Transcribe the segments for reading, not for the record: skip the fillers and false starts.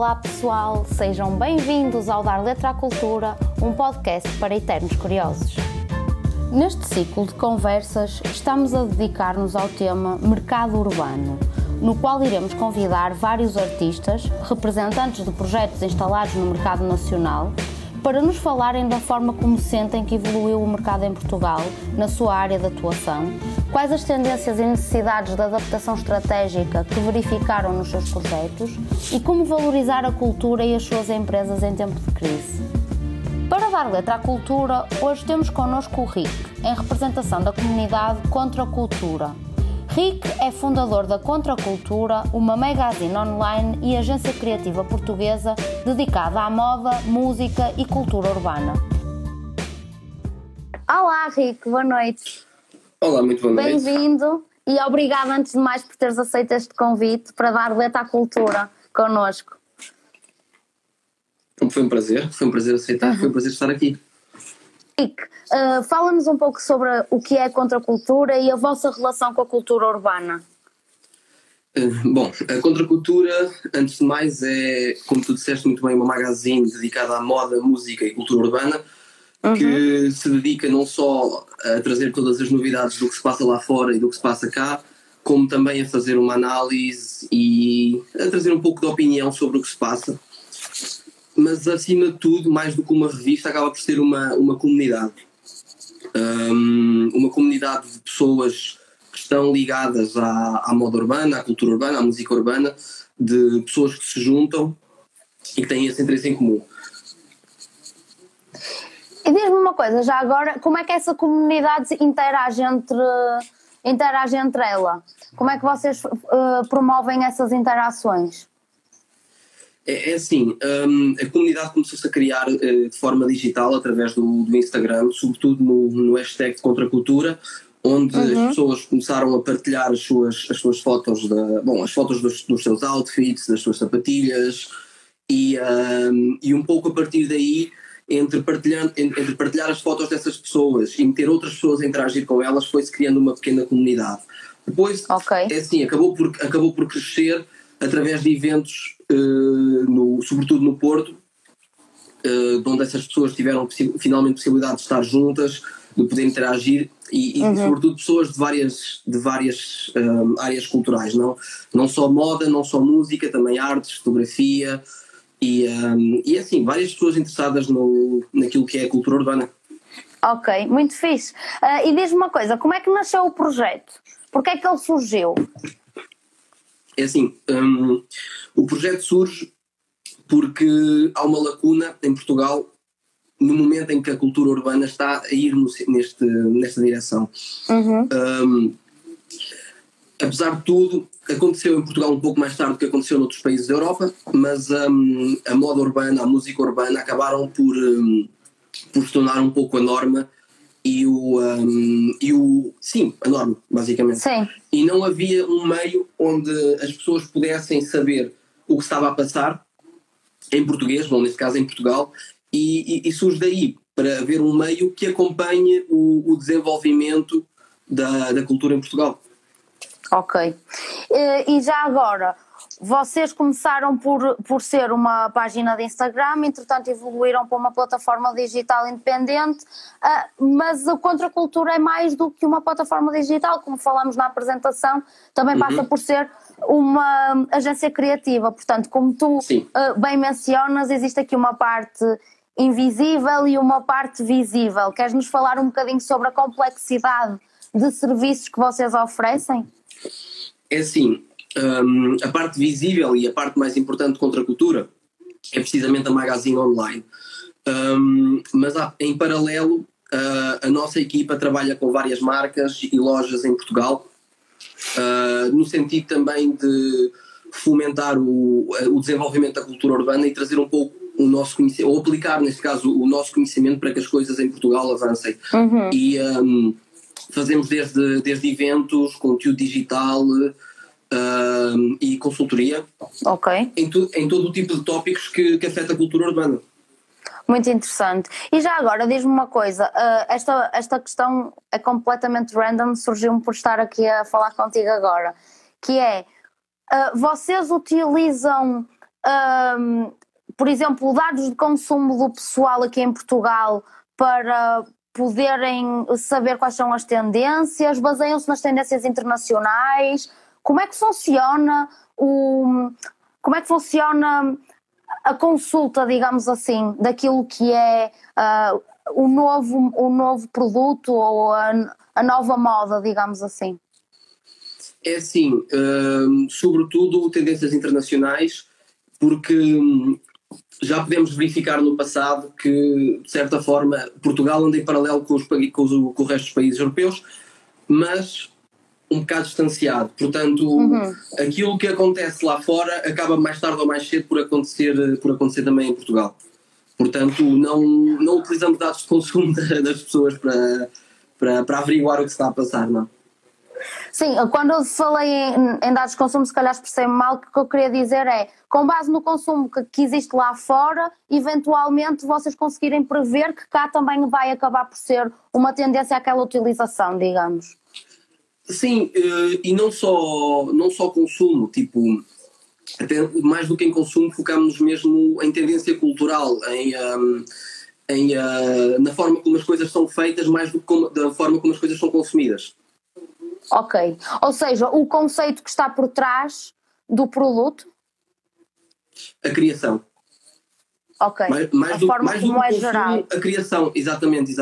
Olá pessoal, sejam bem-vindos ao Dar Letra à Cultura, um podcast para eternos curiosos. Neste ciclo de conversas, estamos a dedicar-nos ao tema Mercado Urbano, no qual iremos convidar vários artistas, representantes de projetos instalados no mercado nacional, para nos falarem da forma como sentem que evoluiu o mercado em Portugal, na sua área de atuação, quais as tendências e necessidades de adaptação estratégica que verificaram nos seus projetos e como valorizar a cultura e as suas empresas em tempo de crise. Para dar letra à cultura, hoje temos connosco o Rick, em representação da comunidade Contra a Cultura. Rick é fundador da Contra a Cultura, uma magazine online e agência criativa portuguesa dedicada à moda, música e cultura urbana. Olá Rick, boa noite. Olá, muito boa noite. Bem-vindo e obrigado antes de mais por teres aceito este convite para dar letra à cultura connosco. Foi um prazer aceitar, foi um prazer estar aqui. Rick, fala-nos um pouco sobre o que é a contracultura e a vossa relação com a cultura urbana. Bom, a Contracultura, antes de mais, é, como tu disseste muito bem, uma magazine dedicada à moda, música e cultura urbana, que se dedica não só a trazer todas as novidades do que se passa lá fora e do que se passa cá, como também a fazer uma análise e a trazer um pouco de opinião sobre o que se passa. Mas, acima de tudo, mais do que uma revista, acaba por ser uma comunidade. Uma comunidade de pessoas que estão ligadas à moda urbana, à cultura urbana, à música urbana, de pessoas que se juntam e que têm esse interesse em comum. E diz-me uma coisa, já agora, como é que essa comunidade interage entre ela? Como é que vocês promovem essas interações? É assim, a comunidade começou-se a criar de forma digital através do Instagram, sobretudo no hashtag de Contracultura, onde as pessoas começaram a partilhar as suas fotos, as fotos dos seus outfits, das suas sapatilhas e um pouco a partir daí, entre partilhar as fotos dessas pessoas e meter outras pessoas a interagir com elas, foi-se criando uma pequena comunidade. Depois, é assim, acabou por crescer através de eventos, sobretudo no Porto, onde essas pessoas tiveram finalmente possibilidade de estar juntas, de poder interagir e sobretudo pessoas de várias áreas culturais, não só moda, não só música, também artes, fotografia e assim, várias pessoas interessadas naquilo que é a cultura urbana. Ok, muito fixe. E diz-me uma coisa, como é que nasceu o projeto? Porquê é que ele surgiu? É assim, o projeto surge porque há uma lacuna em Portugal no momento em que a cultura urbana está a ir nesta direção. Apesar de tudo, aconteceu em Portugal um pouco mais tarde do que aconteceu noutros países da Europa, mas a moda urbana, a música urbana acabaram por se tornar um pouco a norma a norma, basicamente. Sim. E não havia um meio onde as pessoas pudessem saber o que estava a passar em português, bom, neste caso em Portugal, e surge daí, para haver um meio que acompanhe o desenvolvimento da cultura em Portugal. Ok. E já agora, vocês começaram por ser uma página de Instagram, entretanto evoluíram para uma plataforma digital independente, mas a Contracultura é mais do que uma plataforma digital, como falamos na apresentação, também passa por ser uma agência criativa, portanto, como tu bem mencionas, existe aqui uma parte invisível e uma parte visível. Queres nos falar um bocadinho sobre a complexidade de serviços que vocês oferecem? É assim, a parte visível e a parte mais importante de Contracultura é precisamente a magazine online. Mas em paralelo, a nossa equipa trabalha com várias marcas e lojas em Portugal, no sentido também de fomentar o desenvolvimento da cultura urbana e trazer um pouco o nosso conhecimento, ou aplicar neste caso o nosso conhecimento para que as coisas em Portugal avancem. E fazemos desde eventos, conteúdo digital e consultoria, em todo o tipo de tópicos que afeta a cultura urbana. Muito interessante. E já agora, diz-me uma coisa, esta questão é completamente random, surgiu-me por estar aqui a falar contigo agora, que é, vocês utilizam por exemplo, dados de consumo do pessoal aqui em Portugal para poderem saber quais são as tendências? Baseiam-se nas tendências internacionais? Como é que funciona a consulta, digamos assim, daquilo que é o novo produto ou a nova moda, digamos assim? É assim, sobretudo tendências internacionais, porque já podemos verificar no passado que, de certa forma, Portugal anda em paralelo com o resto dos países europeus, mas um bocado distanciado. Portanto, aquilo que acontece lá fora acaba mais tarde ou mais cedo por acontecer também em Portugal. Portanto, não utilizamos dados de consumo das pessoas para averiguar o que se está a passar, não. Sim, quando eu falei em dados de consumo, se calhar expressei mal, o que eu queria dizer é, com base no consumo que existe lá fora, eventualmente vocês conseguirem prever que cá também vai acabar por ser uma tendência àquela utilização, digamos. Sim, e não só consumo, tipo, até mais do que em consumo, focamos mesmo em tendência cultural, na forma como as coisas são feitas, mais do que da forma como as coisas são consumidas. Ok, ou seja, o conceito que está por trás do produto? A criação. Ok, mais do como é consumo, gerado. a criação, exatamente.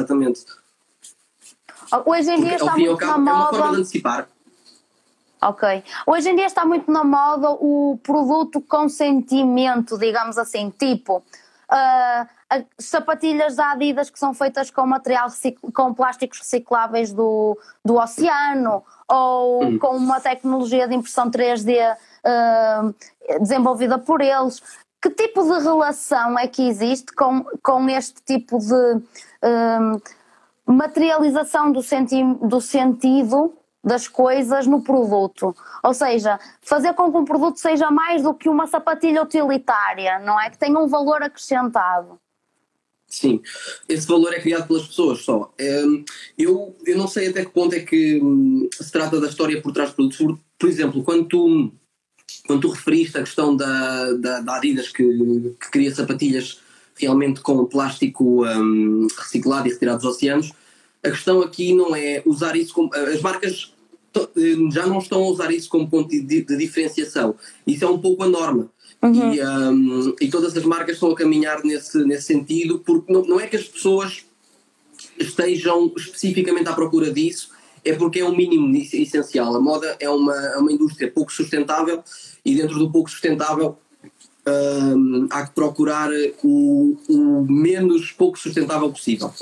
Hoje em dia está muito na moda. É uma forma de antecipar. Ok. Hoje em dia está muito na moda o produto com sentimento, digamos assim, tipo as sapatilhas da Adidas que são feitas com com plásticos recicláveis do oceano, ou com uma tecnologia de impressão 3D desenvolvida por eles. Que tipo de relação é que existe com este tipo de materialização do sentido das coisas no produto? Ou seja, fazer com que um produto seja mais do que uma sapatilha utilitária, não é? Que tenha um valor acrescentado. Sim, esse valor é criado pelas pessoas só. Eu não sei até que ponto é que se trata da história por trás dos produtos. Por exemplo, quando tu referiste a questão da Adidas que cria sapatilhas realmente com plástico reciclado e retirado dos oceanos, a questão aqui não é usar isso como... As marcas já não estão a usar isso como ponto de diferenciação. Isso é um pouco a norma. E todas as marcas estão a caminhar nesse sentido, porque não é que as pessoas estejam especificamente à procura disso, é porque é um mínimo essencial. A moda é uma indústria pouco sustentável, e dentro do pouco sustentável há que procurar o menos pouco sustentável possível.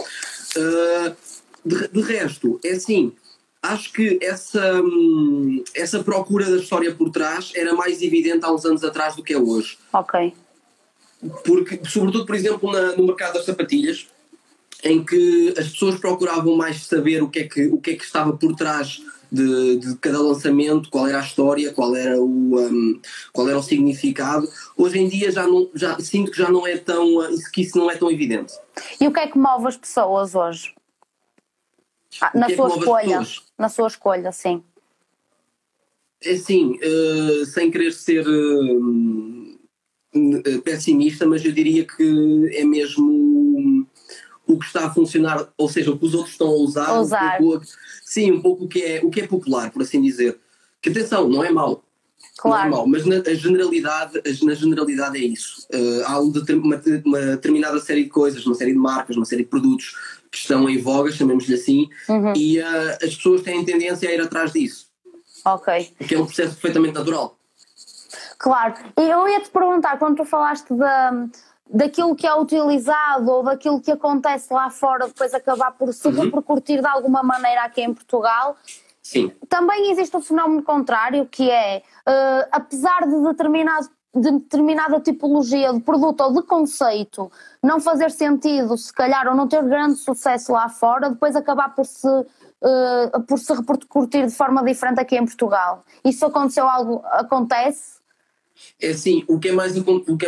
De resto, é assim, acho que essa procura da história por trás era mais evidente há uns anos atrás do que é hoje. Ok. Porque, sobretudo, por exemplo, no mercado das sapatilhas, em que as pessoas procuravam mais saber o que é que estava por trás de cada lançamento, qual era a história, qual era o significado. Hoje em dia já sinto que já não é que isso não é tão evidente. E o que é que move as pessoas hoje? Na sua escolha, sim. É assim, sem querer ser pessimista, mas eu diria que é mesmo o que está a funcionar, ou seja, o que os outros estão a usar. Um pouco o que é popular, por assim dizer. Que atenção, não é mau. Claro. Não é mau, mas na generalidade é isso. Há uma determinada série de coisas, uma série de marcas, uma série de produtos que estão em voga, chamemos-lhe assim, e as pessoas têm tendência a ir atrás disso. Ok. Que é um processo perfeitamente natural. Claro. E eu ia-te perguntar, quando tu falaste daquilo que é utilizado ou daquilo que acontece lá fora, depois acabar por se repercutir de alguma maneira aqui em Portugal, sim, também existe o fenómeno contrário, que é, apesar de determinada tipologia de produto ou de conceito não fazer sentido, se calhar, ou não ter grande sucesso lá fora, depois acabar por se repercutir de forma diferente aqui em Portugal. Isso acontece? É assim, o que é mais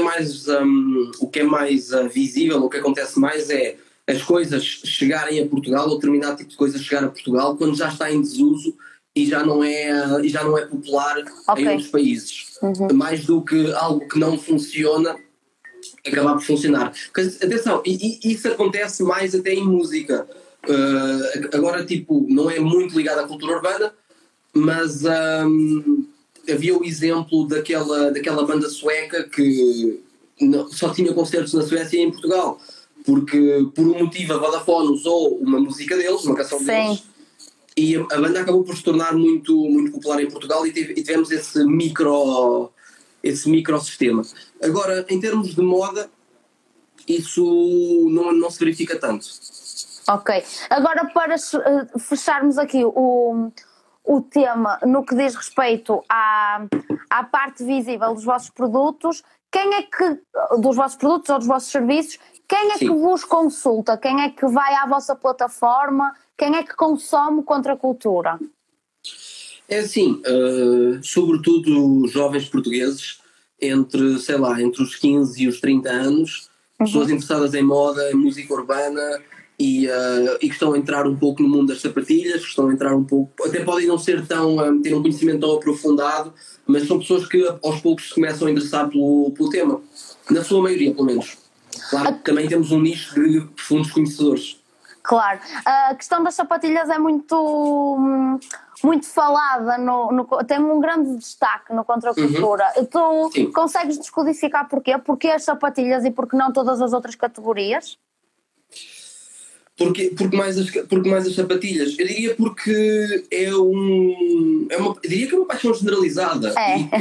visível, o que acontece mais é as coisas chegarem a Portugal, ou determinado tipo de coisa chegar a Portugal, quando já está em desuso e já não é popular em outros países. Mais do que algo que não funciona acabar por funcionar. Porque, atenção, isso acontece mais até em música. Agora, tipo, não é muito ligado à cultura urbana, mas havia o exemplo daquela banda sueca que só tinha concertos na Suécia e em Portugal, porque por um motivo a Vodafone usou uma música deles, uma canção deles, e a banda acabou por se tornar muito, muito popular em Portugal, e tivemos esse microsistema. Agora, em termos de moda, isso não se verifica tanto. Ok. Agora, para fecharmos aqui o tema no que diz respeito à parte visível dos vossos produtos, dos vossos produtos ou dos vossos serviços, quem é que vos consulta? Quem é que vai à vossa plataforma? Quem é que consome Contracultura? É assim, sobretudo jovens portugueses entre os 15 e os 30 anos, pessoas interessadas em moda, em música urbana e que estão a entrar um pouco no mundo das sapatilhas, que estão a entrar um pouco, até podem não ser ter um conhecimento tão aprofundado, mas são pessoas que aos poucos se começam a interessar pelo tema, na sua maioria pelo menos. Claro que também temos um nicho de profundos conhecedores. Claro, a questão das sapatilhas é muito falada, tem um grande destaque no Contracultura. Tu consegues descodificar porquê? Porquê as sapatilhas e porquê não todas as outras categorias? Porque mais as sapatilhas? Eu diria porque eu diria que é uma paixão generalizada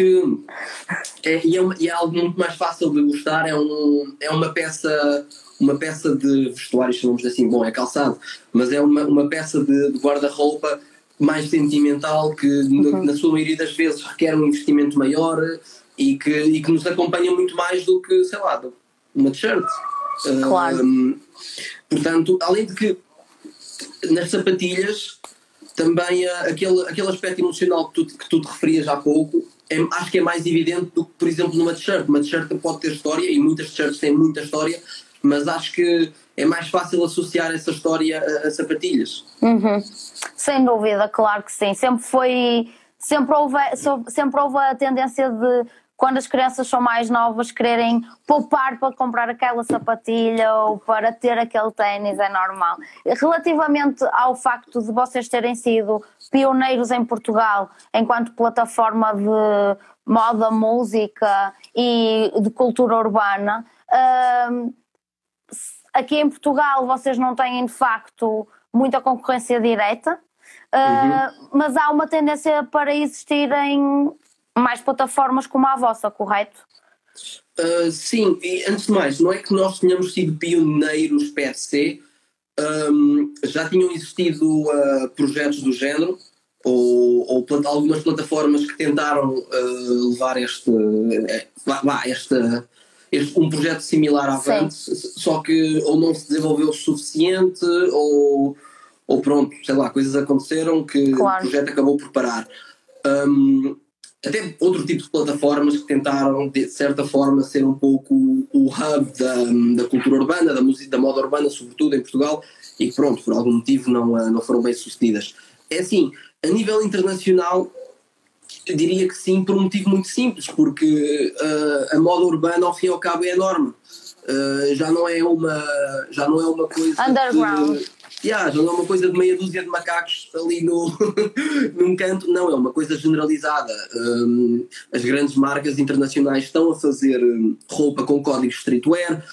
e é algo muito mais fácil de gostar. É uma peça de vestuário, chamamos assim, bom, é calçado, mas é uma peça de guarda-roupa mais sentimental que na sua maioria das vezes requer um investimento maior e que nos acompanha muito mais do que, sei lá, uma t-shirt. Claro. Portanto, além de que nas sapatilhas também aquele aspecto emocional que tu te referias há pouco, acho que é mais evidente do que, por exemplo, numa t-shirt. Uma t-shirt pode ter história, e muitas t-shirts têm muita história, mas acho que é mais fácil associar essa história a sapatilhas. Sem dúvida, claro que sim. Sempre houve a tendência de, quando as crianças são mais novas, quererem poupar para comprar aquela sapatilha ou para ter aquele ténis, é normal. Relativamente ao facto de vocês terem sido pioneiros em Portugal enquanto plataforma de moda, música e de cultura urbana, aqui em Portugal vocês não têm de facto muita concorrência direta, mas há uma tendência para existirem mais plataformas como a vossa, correto? Sim, e antes de mais, não é que nós tenhamos sido pioneiros per se, já tinham existido projetos do género, ou algumas plataformas que tentaram levar um projeto similar avante, só que ou não se desenvolveu o suficiente, ou pronto, sei lá, coisas aconteceram que o projeto acabou por parar. Até outro tipo de plataformas que tentaram, de certa forma, ser um pouco o hub da cultura urbana, da música, da moda urbana, sobretudo em Portugal, e que pronto, por algum motivo não foram bem sucedidas. É assim, a nível internacional, eu diria que sim, por um motivo muito simples, porque a moda urbana, ao fim e ao cabo, é a norma. Já não é uma coisa underground. Já não é uma coisa de meia dúzia de macacos ali num canto, não, é uma coisa generalizada. As grandes marcas internacionais estão a fazer roupa com códigos streetwear,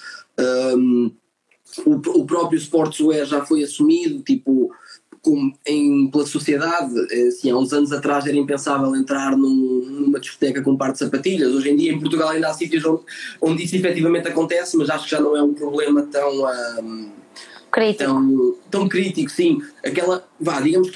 o próprio sportswear já foi assumido, tipo, pela sociedade. Assim, há uns anos atrás era impensável entrar numa discoteca com um par de sapatilhas. Hoje em dia em Portugal ainda há sítios onde isso efetivamente acontece, mas acho que já não é um problema tão crítico, sim. Digamos que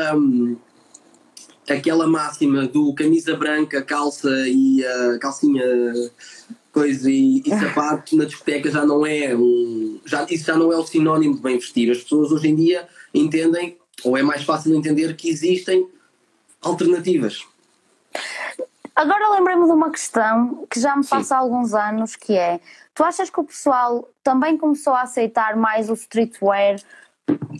aquela máxima do camisa branca, calça e calcinha coisa e sapato na discoteca já não é isso já não é o sinónimo de bem vestir. As pessoas hoje em dia entendem, ou é mais fácil entender, que existem alternativas. Agora lembrei-me de uma questão que já me passa há alguns anos, que é: tu achas que o pessoal também começou a aceitar mais o streetwear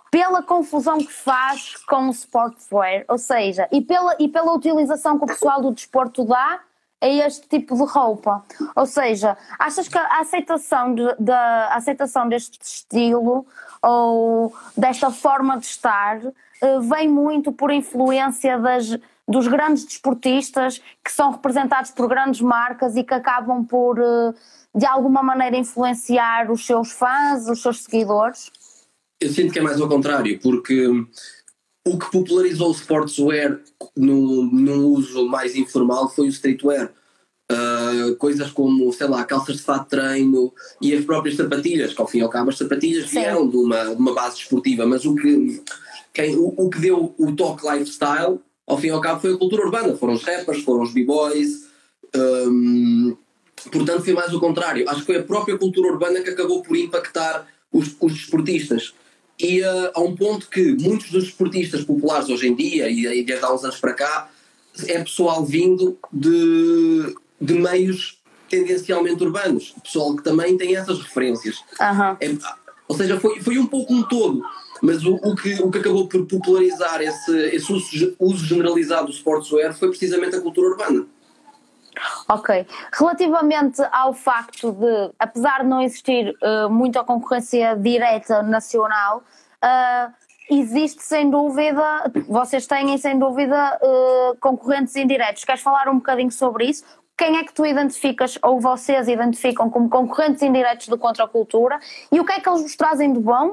pela confusão que faz com o sportswear, ou seja, e pela utilização que o pessoal do desporto dá a este tipo de roupa. Ou seja, achas que a aceitação deste estilo ou desta forma de estar vem muito por influência dos grandes desportistas que são representados por grandes marcas e que acabam por, de alguma maneira, influenciar os seus fãs, os seus seguidores? Eu sinto que é mais ao contrário, porque o que popularizou o sportswear num uso mais informal foi o streetwear. Coisas como, sei lá, calças de fato de treino e as próprias sapatilhas, que ao fim e ao cabo as sapatilhas vieram de uma base desportiva, mas o que deu o toque lifestyle, ao fim e ao cabo, foi a cultura urbana. Foram os rappers, foram os b-boys, portanto foi mais o contrário. Acho que foi a própria cultura urbana que acabou por impactar os desportistas. E a um ponto que muitos dos desportistas populares hoje em dia, e desde há uns anos para cá, é pessoal vindo de meios tendencialmente urbanos, pessoal que também tem essas referências. Ou seja, foi um pouco um todo, mas o que acabou por popularizar esse uso generalizado do sportswear foi precisamente a cultura urbana. Ok. Relativamente ao facto de, apesar de não existir muita concorrência direta nacional, existe sem dúvida, vocês têm sem dúvida concorrentes indiretos. Queres falar um bocadinho sobre isso? Quem é que tu identificas ou vocês identificam como concorrentes indiretos de contracultura e o que é que eles vos trazem de bom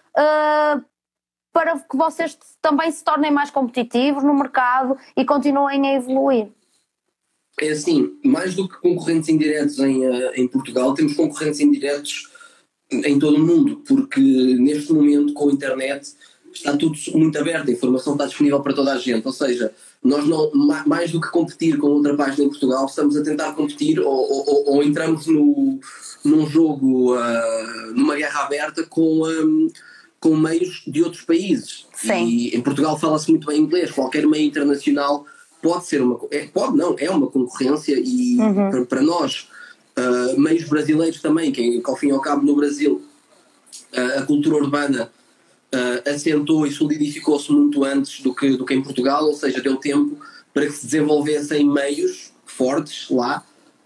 para que vocês também se tornem mais competitivos no mercado e continuem a evoluir? É assim, mais do que concorrentes indiretos em Portugal, temos concorrentes indiretos em todo o mundo, porque neste momento com a internet está tudo muito aberto, a informação está disponível para toda a gente, ou seja, nós não, mais do que competir com outra página em Portugal, estamos a tentar competir ou entramos num jogo, numa guerra aberta com meios de outros países. Sim. E em Portugal fala-se muito bem inglês, qualquer meio internacional pode ser é uma concorrência e para nós, meios brasileiros também, que ao fim e ao cabo no Brasil a cultura urbana assentou e solidificou-se muito antes do que em Portugal, ou seja, deu tempo para que se desenvolvessem meios fortes lá,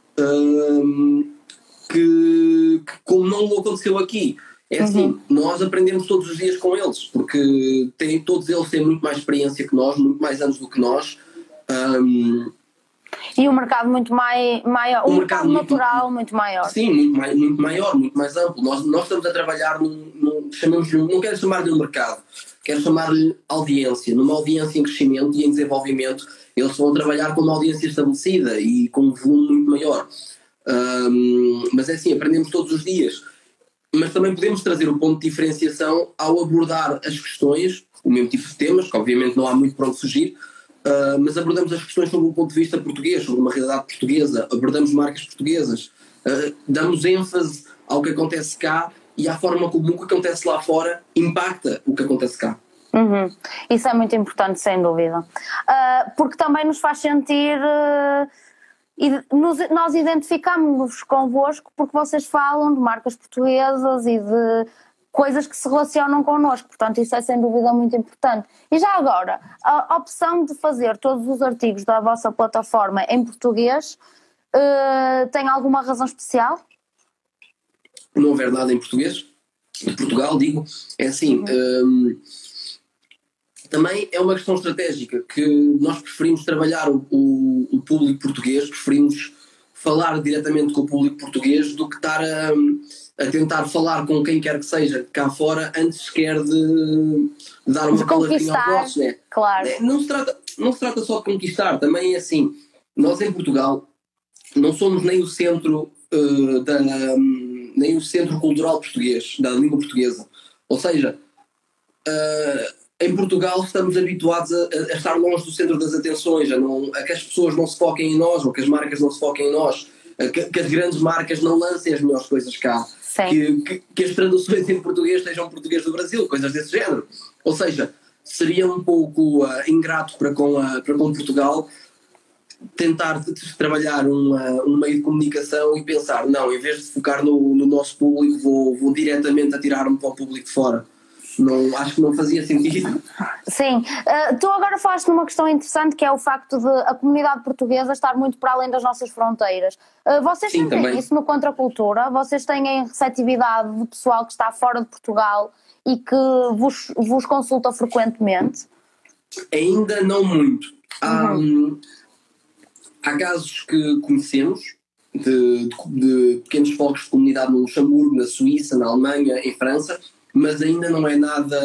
que como não aconteceu aqui. É assim, nós aprendemos todos os dias com eles, porque todos eles têm muito mais experiência que nós, muito mais anos do que nós. E um mercado muito maior, um mercado natural muito maior. Sim, muito maior, muito mais amplo. Nós estamos a trabalhar não quero chamar-lhe um mercado, quero chamar-lhe audiência. Numa audiência em crescimento e em desenvolvimento, eles vão trabalhar com uma audiência estabelecida e com um volume muito maior. Mas é assim, aprendemos todos os dias. Mas também podemos trazer o ponto de diferenciação ao abordar as questões, o mesmo tipo de temas, que obviamente não há muito para onde fugir, mas abordamos as questões sob um ponto de vista português, sobre uma realidade portuguesa, abordamos marcas portuguesas, damos ênfase ao que acontece cá e à forma como o que acontece lá fora impacta o que acontece cá. Isso é muito importante, sem dúvida, porque também nos faz sentir... nós identificamos-nos convosco porque vocês falam de marcas portuguesas e de coisas que se relacionam connosco, portanto isso é sem dúvida muito importante. E já agora, a opção de fazer todos os artigos da vossa plataforma em português tem alguma razão especial? Não houver nada em português, em Portugal digo, é assim... Também é uma questão estratégica, que nós preferimos trabalhar o público português, preferimos falar diretamente com o público português do que estar a tentar falar com quem quer que seja cá fora antes sequer de dar uma palavrinha aos nossos. Né? Claro. Não se trata só de conquistar, também é assim, nós em Portugal não somos nem o centro nem o centro cultural português, da língua portuguesa. Ou seja, em Portugal estamos habituados a estar longe do centro das atenções, a que as pessoas não se foquem em nós, ou que as marcas não se foquem em nós, que as grandes marcas não lancem as melhores coisas cá, que as traduções em português sejam português do Brasil, coisas desse género. Ou seja, seria um pouco ingrato para com Portugal tentar trabalhar um meio de comunicação e pensar, não, em vez de focar no nosso público, vou diretamente atirar-me para o público de fora. Não, acho que não fazia sentido. Sim, tu agora falaste de uma questão interessante, que é o facto de a comunidade portuguesa estar muito para além das nossas fronteiras. Vocês Sim, sentem também. isso no Contracultura? Vocês têm receptividade de pessoal que está fora de Portugal e que vos consulta frequentemente? Ainda não muito. Há casos que conhecemos de pequenos focos de comunidade no Luxemburgo, na Suíça, na Alemanha, em França, mas ainda não é nada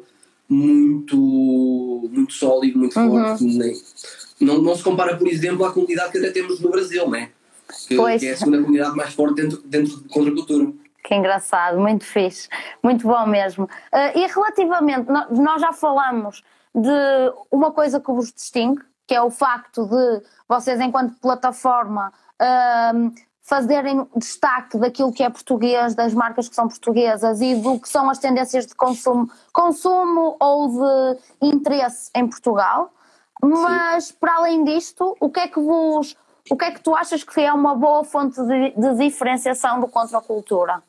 muito sólido, muito forte. Não se compara, por exemplo, à comunidade que até temos no Brasil, né? Que é a segunda comunidade mais forte dentro de Contracultura. Que engraçado, muito fixe, muito bom mesmo. E relativamente, nós já falamos de uma coisa que vos distingue, que é o facto de vocês, enquanto plataforma, fazerem destaque daquilo que é português, das marcas que são portuguesas e do que são as tendências de consumo ou de interesse em Portugal. Mas, para além disto, o que é que tu achas que é uma boa fonte de diferenciação do Contracultura?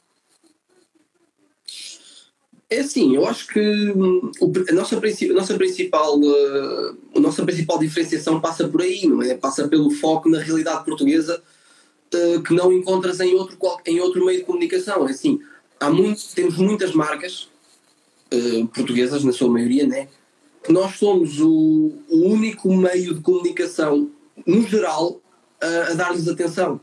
É assim, eu acho que a nossa principal diferenciação passa por aí, não é? Passa pelo foco na realidade portuguesa que não encontras em outro meio de comunicação. É assim, temos muitas marcas portuguesas, na sua maioria, né? Que nós somos o único meio de comunicação, no geral, a dar-lhes atenção.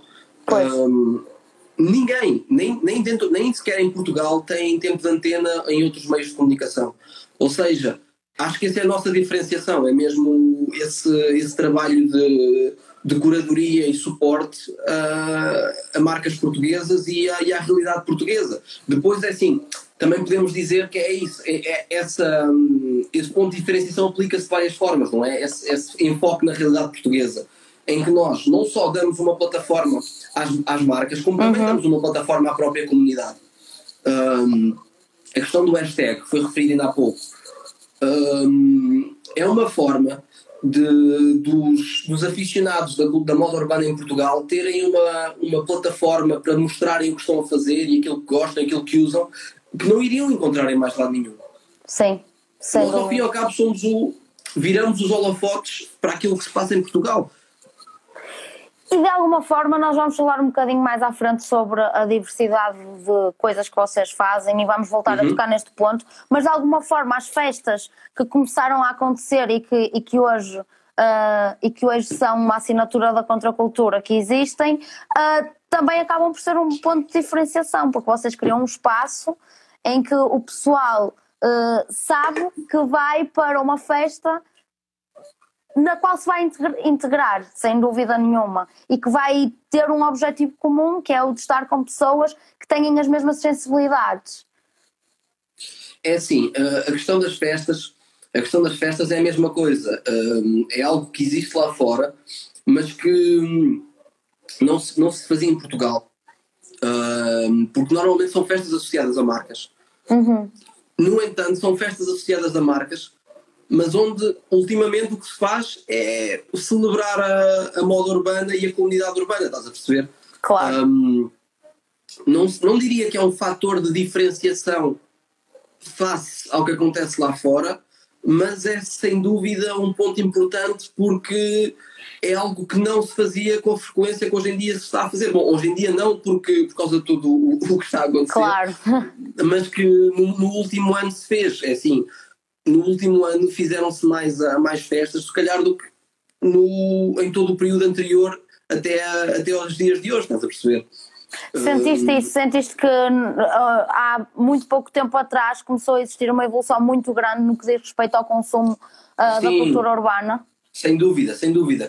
Ninguém, nem sequer em Portugal, tem tempo de antena em outros meios de comunicação. Ou seja, acho que essa é a nossa diferenciação, é mesmo esse trabalho de curadoria e suporte a marcas portuguesas e à realidade portuguesa. Depois é assim, também podemos dizer que é isso, esse ponto de diferenciação aplica-se de várias formas, não é? Esse enfoque na realidade portuguesa, em que nós não só damos uma plataforma às marcas, como também damos uma plataforma à própria comunidade. A questão do hashtag, que foi referido ainda há pouco, é uma forma dos aficionados da moda urbana em Portugal terem uma plataforma para mostrarem o que estão a fazer e aquilo que gostam, aquilo que usam, que não iriam encontrar em mais lado nenhum. Sim. Nós, ao fim e ao cabo, viramos os holofotes para aquilo que se passa em Portugal. E de alguma forma nós vamos falar um bocadinho mais à frente sobre a diversidade de coisas que vocês fazem e vamos voltar a tocar neste ponto, mas de alguma forma as festas que começaram a acontecer e que hoje são uma assinatura da Contracultura que existem, também acabam por ser um ponto de diferenciação, porque vocês criam um espaço em que o pessoal sabe que vai para uma festa na qual se vai integrar, sem dúvida nenhuma, e que vai ter um objetivo comum, que é o de estar com pessoas que têm as mesmas sensibilidades. É assim, a questão das festas é a mesma coisa. É algo que existe lá fora, mas que não se fazia em Portugal. Porque normalmente são festas associadas a marcas. No entanto, são festas associadas a marcas, mas onde ultimamente o que se faz é celebrar a moda urbana e a comunidade urbana, estás a perceber? Claro. Não diria que é um fator de diferenciação face ao que acontece lá fora, mas é sem dúvida um ponto importante porque é algo que não se fazia com a frequência que hoje em dia se está a fazer. Bom, hoje em dia não por causa de tudo o que está a acontecer, claro. Mas que no último ano se fez. É assim, no último ano fizeram-se mais festas, se calhar, do que em todo o período anterior até aos dias de hoje, estás a perceber? Sentiste isso? Sentiste que há muito pouco tempo atrás começou a existir uma evolução muito grande no que diz respeito ao consumo da cultura urbana? Sem dúvida, sem dúvida.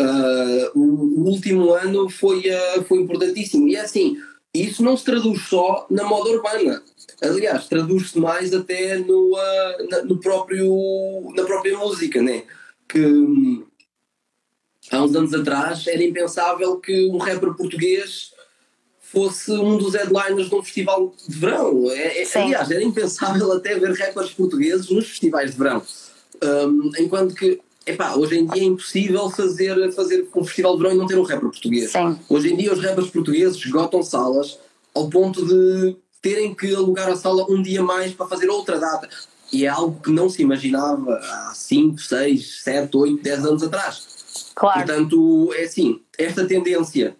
O último ano foi importantíssimo. E é assim, isso não se traduz só na moda urbana. Aliás, traduz-se mais até na própria música, né? Que há uns anos atrás era impensável que um rapper português fosse um dos headliners de um festival de verão. Aliás, era impensável até ver rappers portugueses nos festivais de verão. Enquanto que, hoje em dia é impossível fazer um festival de verão e não ter um rapper português. Sim. Hoje em dia os rappers portugueses esgotam salas ao ponto de terem que alugar a sala um dia mais para fazer outra data. E é algo que não se imaginava há 5, 6, 7, 8, 10 anos atrás. Claro. Portanto, é assim, esta tendência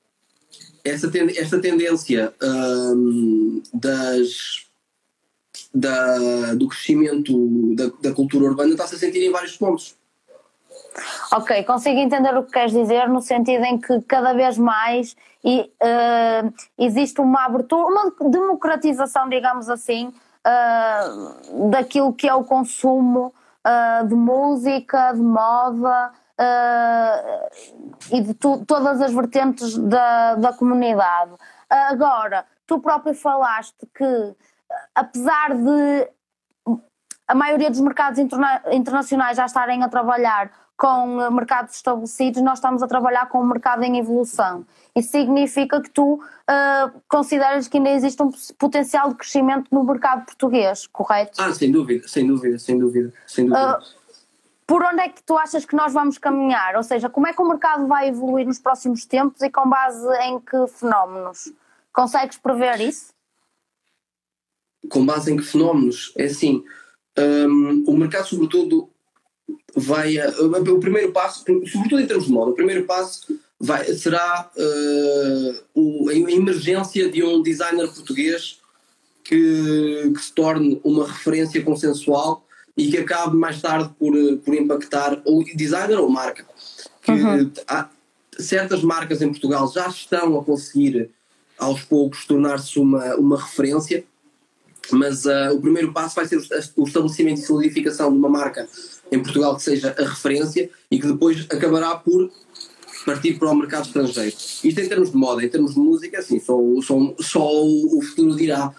do crescimento da cultura urbana está-se a sentir em vários pontos. Ok, consigo entender o que queres dizer, no sentido em que cada vez mais existe uma abertura, uma democratização, digamos assim, daquilo que é o consumo de música, de moda e de todas as vertentes da comunidade. Agora, tu próprio falaste que, apesar de a maioria dos mercados internacionais já estarem a trabalhar com mercados estabelecidos, nós estamos a trabalhar com um mercado em evolução. Isso significa que tu consideras que ainda existe um potencial de crescimento no mercado português, correto? Sem dúvida. Por onde é que tu achas que nós vamos caminhar? Ou seja, como é que o mercado vai evoluir nos próximos tempos e com base em que fenómenos? Consegues prever isso? Com base em que fenómenos? É assim, o mercado sobretudo o primeiro passo, sobretudo em termos de moda, o primeiro passo será a emergência de um designer português que se torne uma referência consensual e que acabe mais tarde por impactar ou designer ou marca. Certas marcas em Portugal já estão a conseguir aos poucos tornar-se uma referência, mas o primeiro passo vai ser o estabelecimento e solidificação de uma marca em Portugal que seja a referência e que depois acabará por partir para o mercado estrangeiro. Isto em termos de moda, em termos de música, assim, só o futuro dirá.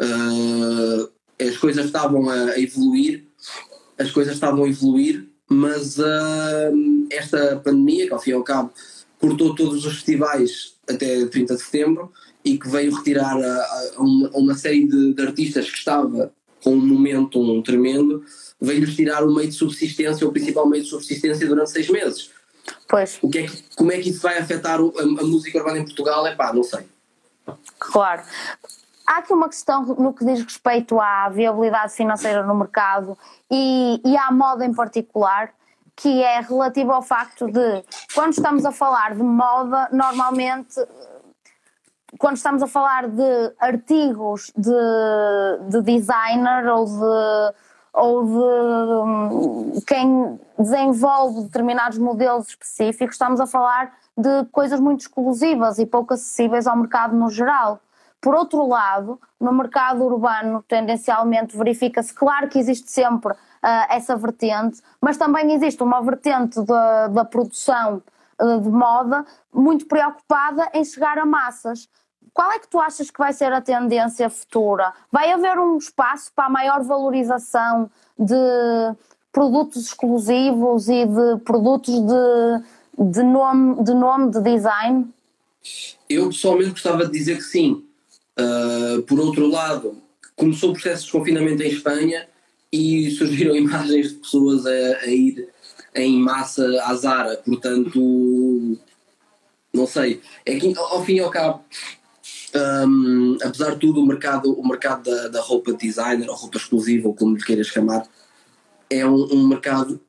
As coisas estavam a evoluir, mas esta pandemia, que ao fim e ao cabo cortou todos os festivais até 30 de setembro e que veio retirar uma série de artistas que estava com um momentum tremendo, veio-lhes tirar o meio de subsistência, o principal meio de subsistência durante 6 meses. Pois. Como é que isso vai afetar a música urbana em Portugal? Não sei. Claro. Há aqui uma questão no que diz respeito à viabilidade financeira no mercado e à moda em particular, que é relativa ao facto de, quando estamos a falar de moda, normalmente, quando estamos a falar de artigos de designer ou de quem desenvolve determinados modelos específicos, estamos a falar de coisas muito exclusivas e pouco acessíveis ao mercado no geral. Por outro lado, no mercado urbano, tendencialmente verifica-se, claro que existe sempre essa vertente, mas também existe uma vertente da produção de moda muito preocupada em chegar a massas. Qual é que tu achas que vai ser a tendência futura? Vai haver um espaço para a maior valorização de produtos exclusivos e de produtos de nome de design? Eu pessoalmente gostava de dizer que sim. Por outro lado, começou o processo de desconfinamento em Espanha e surgiram imagens de pessoas a ir em massa à Zara, portanto, não sei. É que, ao fim e ao cabo, apesar de tudo, o mercado da roupa designer ou roupa exclusiva, ou como lhe queiras chamar, é um mercado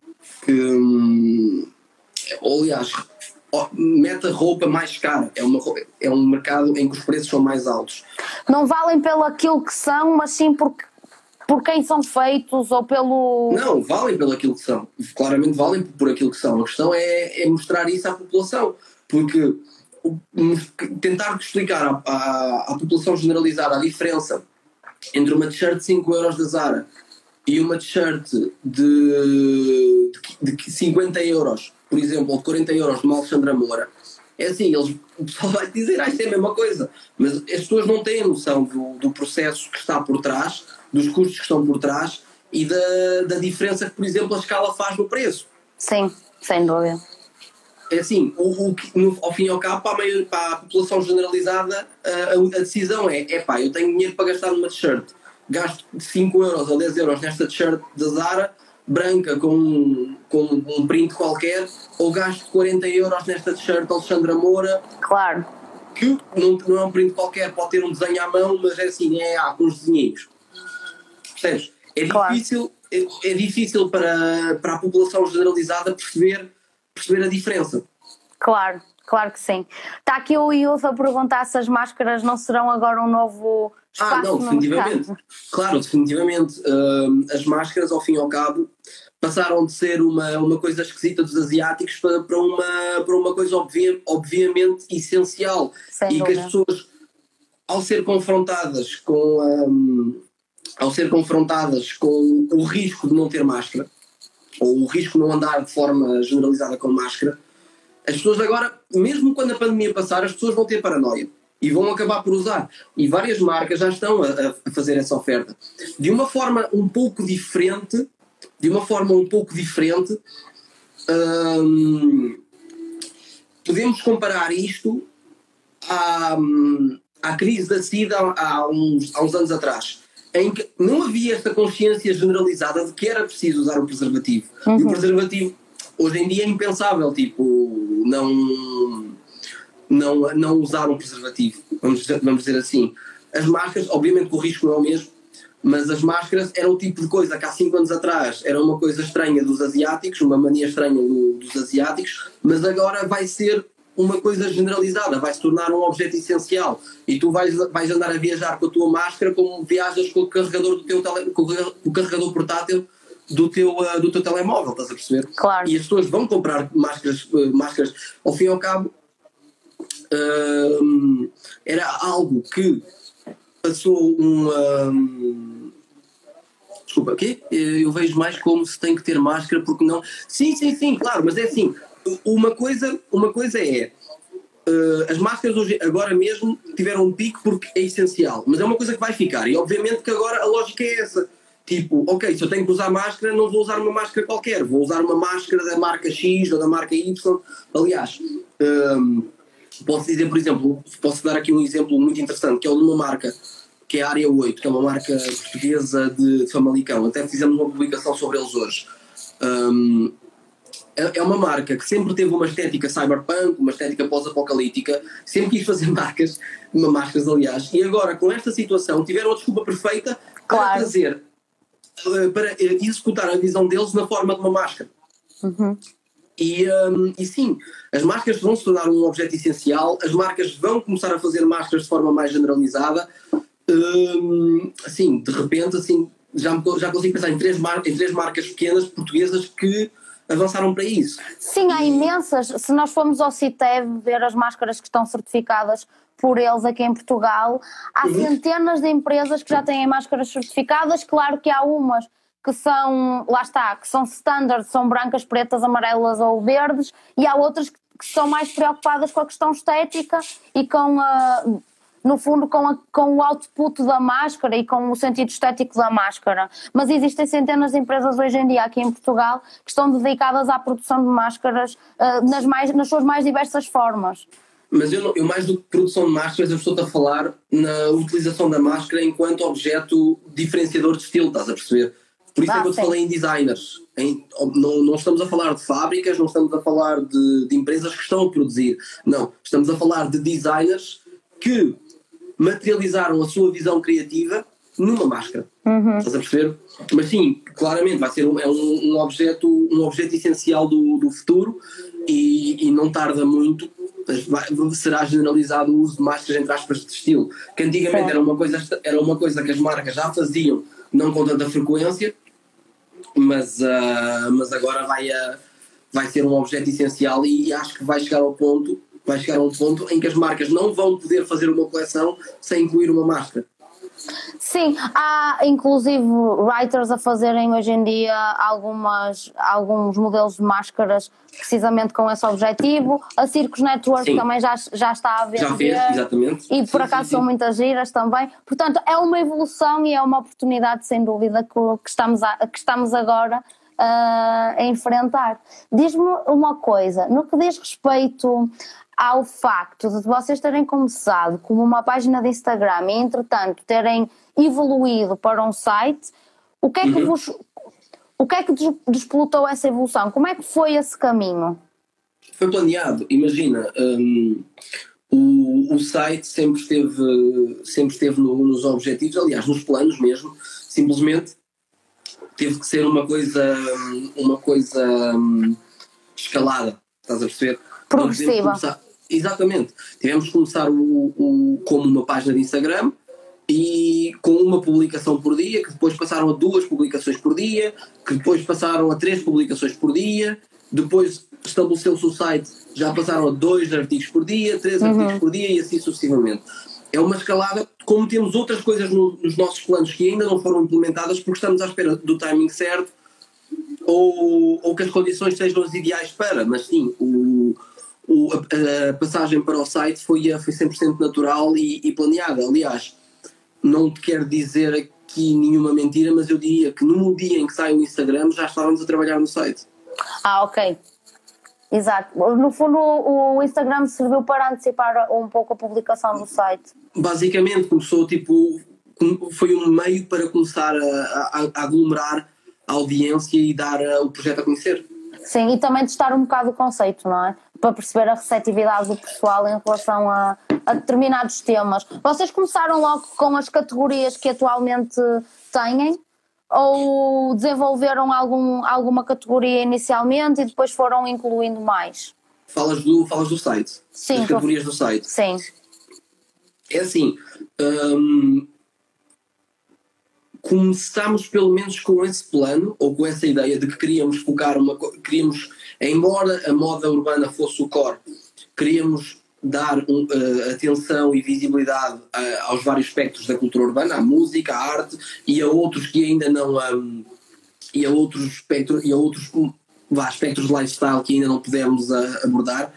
que, aliás, mete a roupa mais cara. É um mercado em que os preços são mais altos. Não valem pelo aquilo que são, mas sim por quem são feitos ou pelo... Não, valem pelo aquilo que são. Claramente valem por aquilo que são. A questão é mostrar isso à população. Porque tentar explicar à população generalizada a diferença entre uma t-shirt de 5 euros da Zara e uma t-shirt de 50 euros, por exemplo, ou de 40 euros de uma Alexandra Moura, é assim, o pessoal vai dizer, isto é a mesma coisa, mas as pessoas não têm noção do processo que está por trás, dos custos que estão por trás e da diferença que, por exemplo, a escala faz no preço. Sim, sem dúvida. É assim, ao fim e ao cabo, para a população generalizada, a decisão é eu tenho dinheiro para gastar numa t-shirt, gasto 5 euros ou 10 euros nesta t-shirt da Zara, branca com um print qualquer, ou gasto 40 euros nesta t-shirt Alexandra Moura. Claro. que não é um print qualquer, pode ter um desenho à mão, mas é assim, com uns desenhinhos. Percebes? Claro. É difícil para a população generalizada perceber a diferença. Claro, claro que sim. Está aqui o Youth a perguntar se as máscaras não serão agora um novo espaço não, definitivamente. Claro, definitivamente. As máscaras, ao fim e ao cabo, passaram de ser uma coisa esquisita dos asiáticos para uma coisa obviamente essencial. Sem e dúvida. Que as pessoas, ao ser confrontadas com o risco de não ter máscara, ou o risco de não andar de forma generalizada com máscara, as pessoas agora, mesmo quando a pandemia passar, as pessoas vão ter paranoia e vão acabar por usar. E várias marcas já estão a fazer essa oferta. De uma forma um pouco diferente, podemos comparar isto à crise da SIDA há uns anos atrás, em que não havia esta consciência generalizada de que era preciso usar o preservativo. Uhum. E o preservativo, hoje em dia, é impensável, não usar um preservativo, vamos dizer assim. As máscaras, obviamente que o risco não é o mesmo, mas as máscaras eram o tipo de coisa que há 5 anos atrás era uma coisa estranha dos asiáticos, uma mania estranha dos asiáticos, mas agora vai ser uma coisa generalizada, vai se tornar um objeto essencial, e tu vais andar a viajar com a tua máscara como viajas com o carregador com o carregador portátil do teu telemóvel, estás a perceber? Claro. E as pessoas vão comprar máscaras. Ao fim e ao cabo, era algo que passou desculpa, quê? Eu vejo mais como se tem que ter máscara, porque não... Sim, claro, mas é assim, uma coisa é, as máscaras hoje, agora mesmo, tiveram um pico porque é essencial, mas é uma coisa que vai ficar, e obviamente que agora a lógica é essa. Tipo, ok, se eu tenho que usar máscara, não vou usar uma máscara qualquer, vou usar uma máscara da marca X ou da marca Y. Aliás, posso dizer, por exemplo, posso dar aqui um exemplo muito interessante, que é o de uma marca, que é a Área 8, que é uma marca portuguesa de Famalicão. Até fizemos uma publicação sobre eles hoje. É uma marca que sempre teve uma estética cyberpunk, uma estética pós-apocalíptica, sempre quis fazer máscaras, aliás, e agora, com esta situação, tiveram a desculpa perfeita para trazer, para executar a visão deles na forma de uma máscara. Uhum. E sim, as máscaras vão se tornar um objeto essencial, as marcas vão começar a fazer máscaras de forma mais generalizada. Assim, de repente, assim, já consigo pensar em três marcas pequenas portuguesas que avançaram para isso. Sim, há imensas. Se nós formos ao CITEV ver as máscaras que estão certificadas por eles aqui em Portugal, há centenas de empresas que já têm máscaras certificadas. Claro que há umas que são, lá está, que são standard, são brancas, pretas, amarelas ou verdes, e há outras que são mais preocupadas com a questão estética e com no fundo com o output da máscara e com o sentido estético da máscara. Mas existem centenas de empresas hoje em dia aqui em Portugal que estão dedicadas à produção de máscaras nas suas mais diversas formas. Mas eu mais do que produção de máscaras, eu estou-te a falar na utilização da máscara enquanto objeto diferenciador de estilo, estás a perceber? Por isso é que eu te falei em designers. Não estamos a falar de fábricas, não estamos a falar de empresas que estão a produzir. Não, estamos a falar de designers que materializaram a sua visão criativa numa máscara. Estás a perceber? Mas sim, claramente vai ser um objeto essencial do futuro, e não tarda muito, será generalizado o uso de máscaras entre aspas de estilo, que antigamente era uma coisa que as marcas já faziam, não com tanta frequência, mas agora vai ser um objeto essencial, e acho que vai chegar a um ponto em que as marcas não vão poder fazer uma coleção sem incluir uma máscara. Sim, há inclusive writers a fazerem hoje em dia alguns modelos de máscaras precisamente com esse objetivo. A Circus Network também já está a vender. Já fez, exatamente. E por acaso são muitas giras também. Portanto, é uma evolução e é uma oportunidade sem dúvida que estamos agora a enfrentar. Diz-me uma coisa, no que diz respeito ao facto de vocês terem começado como uma página de Instagram e entretanto terem evoluído para um site, o que é que despolutou essa evolução? Como é que foi esse caminho? Foi planeado, imagina, O site sempre esteve nos objetivos, aliás, nos planos mesmo. Simplesmente teve que ser uma coisa escalada, estás a perceber? Progressiva. Exatamente. Tivemos que começar como uma página de Instagram e com uma publicação por dia, que depois passaram a 2 publicações por dia, que depois passaram a 3 publicações por dia, depois estabeleceu-se o site, já passaram a 2 artigos por dia, 3 artigos por dia e assim sucessivamente. É uma escalada, como temos outras coisas nos nossos planos que ainda não foram implementadas porque estamos à espera do timing certo ou que as condições sejam as ideais para, mas sim, a passagem para o site foi 100% natural e planeada. Aliás, não te quero dizer aqui nenhuma mentira, mas eu diria que no dia em que sai o Instagram já estávamos a trabalhar no site. Ok. Exato. No fundo, o Instagram serviu para antecipar um pouco a publicação do site. Basicamente, foi um meio para começar a aglomerar a audiência e dar o projeto a conhecer. Sim, e também testar um bocado o conceito, não é? Para perceber a receptividade do pessoal em relação a determinados temas. Vocês começaram logo com as categorias que atualmente têm? Ou desenvolveram alguma categoria inicialmente e depois foram incluindo mais? Falas do site? Sim. Das categorias do site? Sim. É assim, começámos pelo menos com esse plano, ou com essa ideia de que queríamos focar embora a moda urbana fosse o core, queríamos dar atenção e visibilidade aos vários espectros da cultura urbana, à música, à arte e a outros que ainda não e a outros espectros de lifestyle que ainda não pudemos abordar.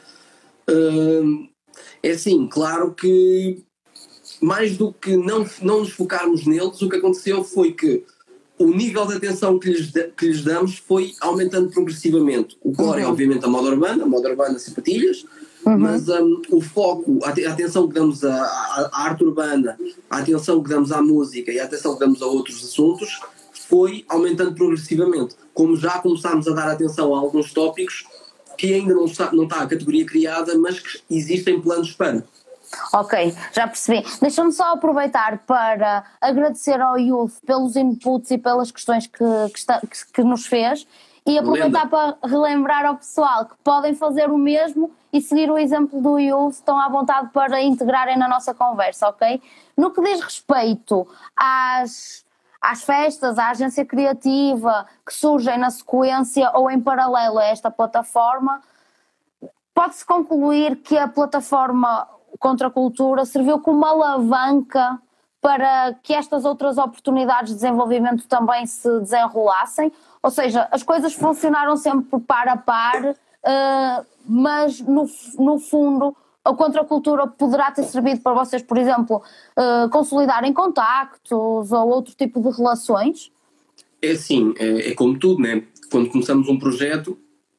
É assim, claro que mais do que não nos focarmos neles, o que aconteceu foi que o nível de atenção que lhes damos foi aumentando progressivamente. O core é obviamente a moda urbana, sapatilhas, mas o foco, a atenção que damos à arte urbana, a atenção que damos à música e a atenção que damos a outros assuntos foi aumentando progressivamente. Como já começámos a dar atenção a alguns tópicos que ainda não está a categoria criada, mas que existem planos para. Ok, já percebi. Deixa-me só aproveitar para agradecer ao Youth pelos inputs e pelas questões que nos fez e aproveitar para relembrar ao pessoal que podem fazer o mesmo e seguir o exemplo do Youth, estão à vontade para integrarem na nossa conversa, ok? No que diz respeito às festas, à agência criativa que surgem na sequência ou em paralelo a esta plataforma, pode-se concluir que a plataforma Contra a Cultura serviu como alavanca para que estas outras oportunidades de desenvolvimento também se desenrolassem? Ou seja, as coisas funcionaram sempre par a par, mas no fundo a Contra a Cultura poderá ter servido para vocês, por exemplo, consolidarem contactos ou outro tipo de relações? É assim, é como tudo, né? Quando começamos um projeto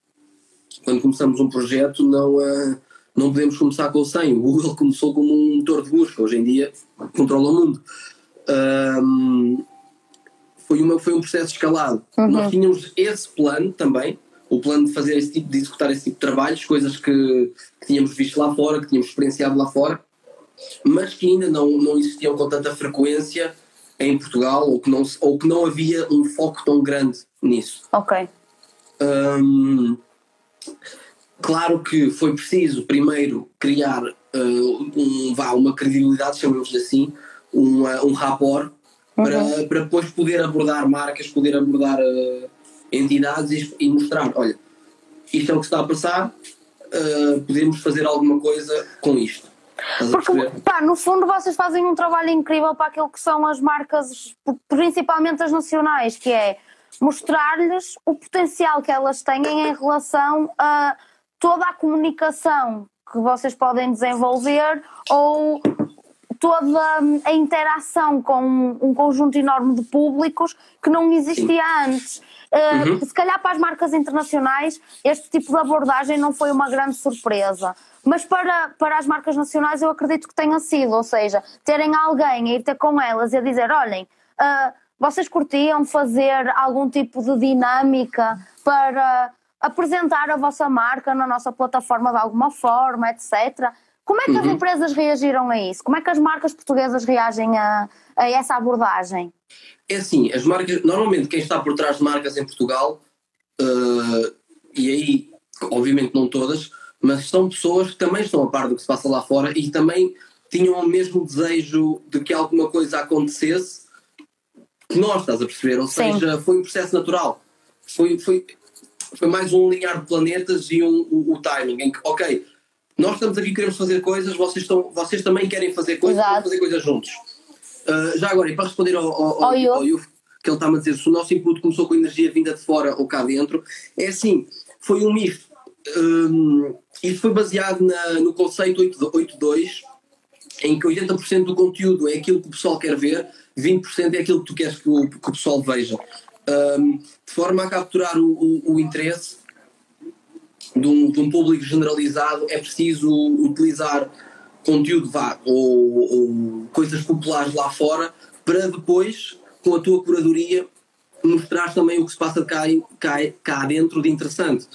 não podemos começar com o 100. O Google começou como um motor de busca, hoje em dia controla o mundo. Foi um processo escalado. Nós tínhamos esse plano também, o plano de executar esse tipo de trabalhos, coisas que tínhamos visto lá fora, que tínhamos experienciado lá fora, mas que ainda não existiam com tanta frequência em Portugal, ou que não havia um foco tão grande nisso. Ok. Claro que foi preciso primeiro criar uma credibilidade, chamemos-lhe assim, um rapport, para depois poder abordar marcas, poder abordar entidades e mostrar, olha, isto é o que está a passar, podemos fazer alguma coisa com isto. Porque, no fundo vocês fazem um trabalho incrível para aquilo que são as marcas, principalmente as nacionais, que é mostrar-lhes o potencial que elas têm em relação a toda a comunicação que vocês podem desenvolver ou toda a interação com um conjunto enorme de públicos que não existia antes. Se calhar para as marcas internacionais este tipo de abordagem não foi uma grande surpresa, mas para as marcas nacionais eu acredito que tenha sido, ou seja, terem alguém a ir ter com elas e a dizer, olhem, vocês curtiam fazer algum tipo de dinâmica para apresentar a vossa marca na nossa plataforma de alguma forma, etc. Como é que as empresas reagiram a isso? Como é que as marcas portuguesas reagem a essa abordagem? É assim, as marcas, normalmente quem está por trás de marcas em Portugal, e aí, obviamente não todas, mas são pessoas que também estão a par do que se passa lá fora e também tinham o mesmo desejo de que alguma coisa acontecesse que nós, estás a perceber? Ou seja, foi um processo natural. Foi mais um alinhar de planetas e o timing, em que, ok, nós estamos aqui, queremos fazer coisas, vocês também querem fazer coisas, querem fazer coisas juntos. Já agora, e para responder ao Yuf, que ele está-me a dizer se o nosso input começou com energia vinda de fora ou cá dentro, é assim, foi um misto. Isto foi baseado no conceito 8.2, em que 80% do conteúdo é aquilo que o pessoal quer ver, 20% é aquilo que tu queres que o pessoal veja. De forma a capturar o interesse de um público generalizado, é preciso utilizar conteúdo ou coisas populares lá fora, para depois, com a tua curadoria, mostrar também o que se passa cá dentro de interessante.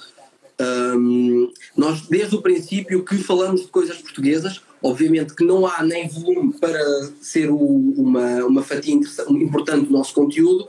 Nós, desde o princípio, que falamos de coisas portuguesas, obviamente que não há nem volume para ser uma fatia importante do nosso conteúdo,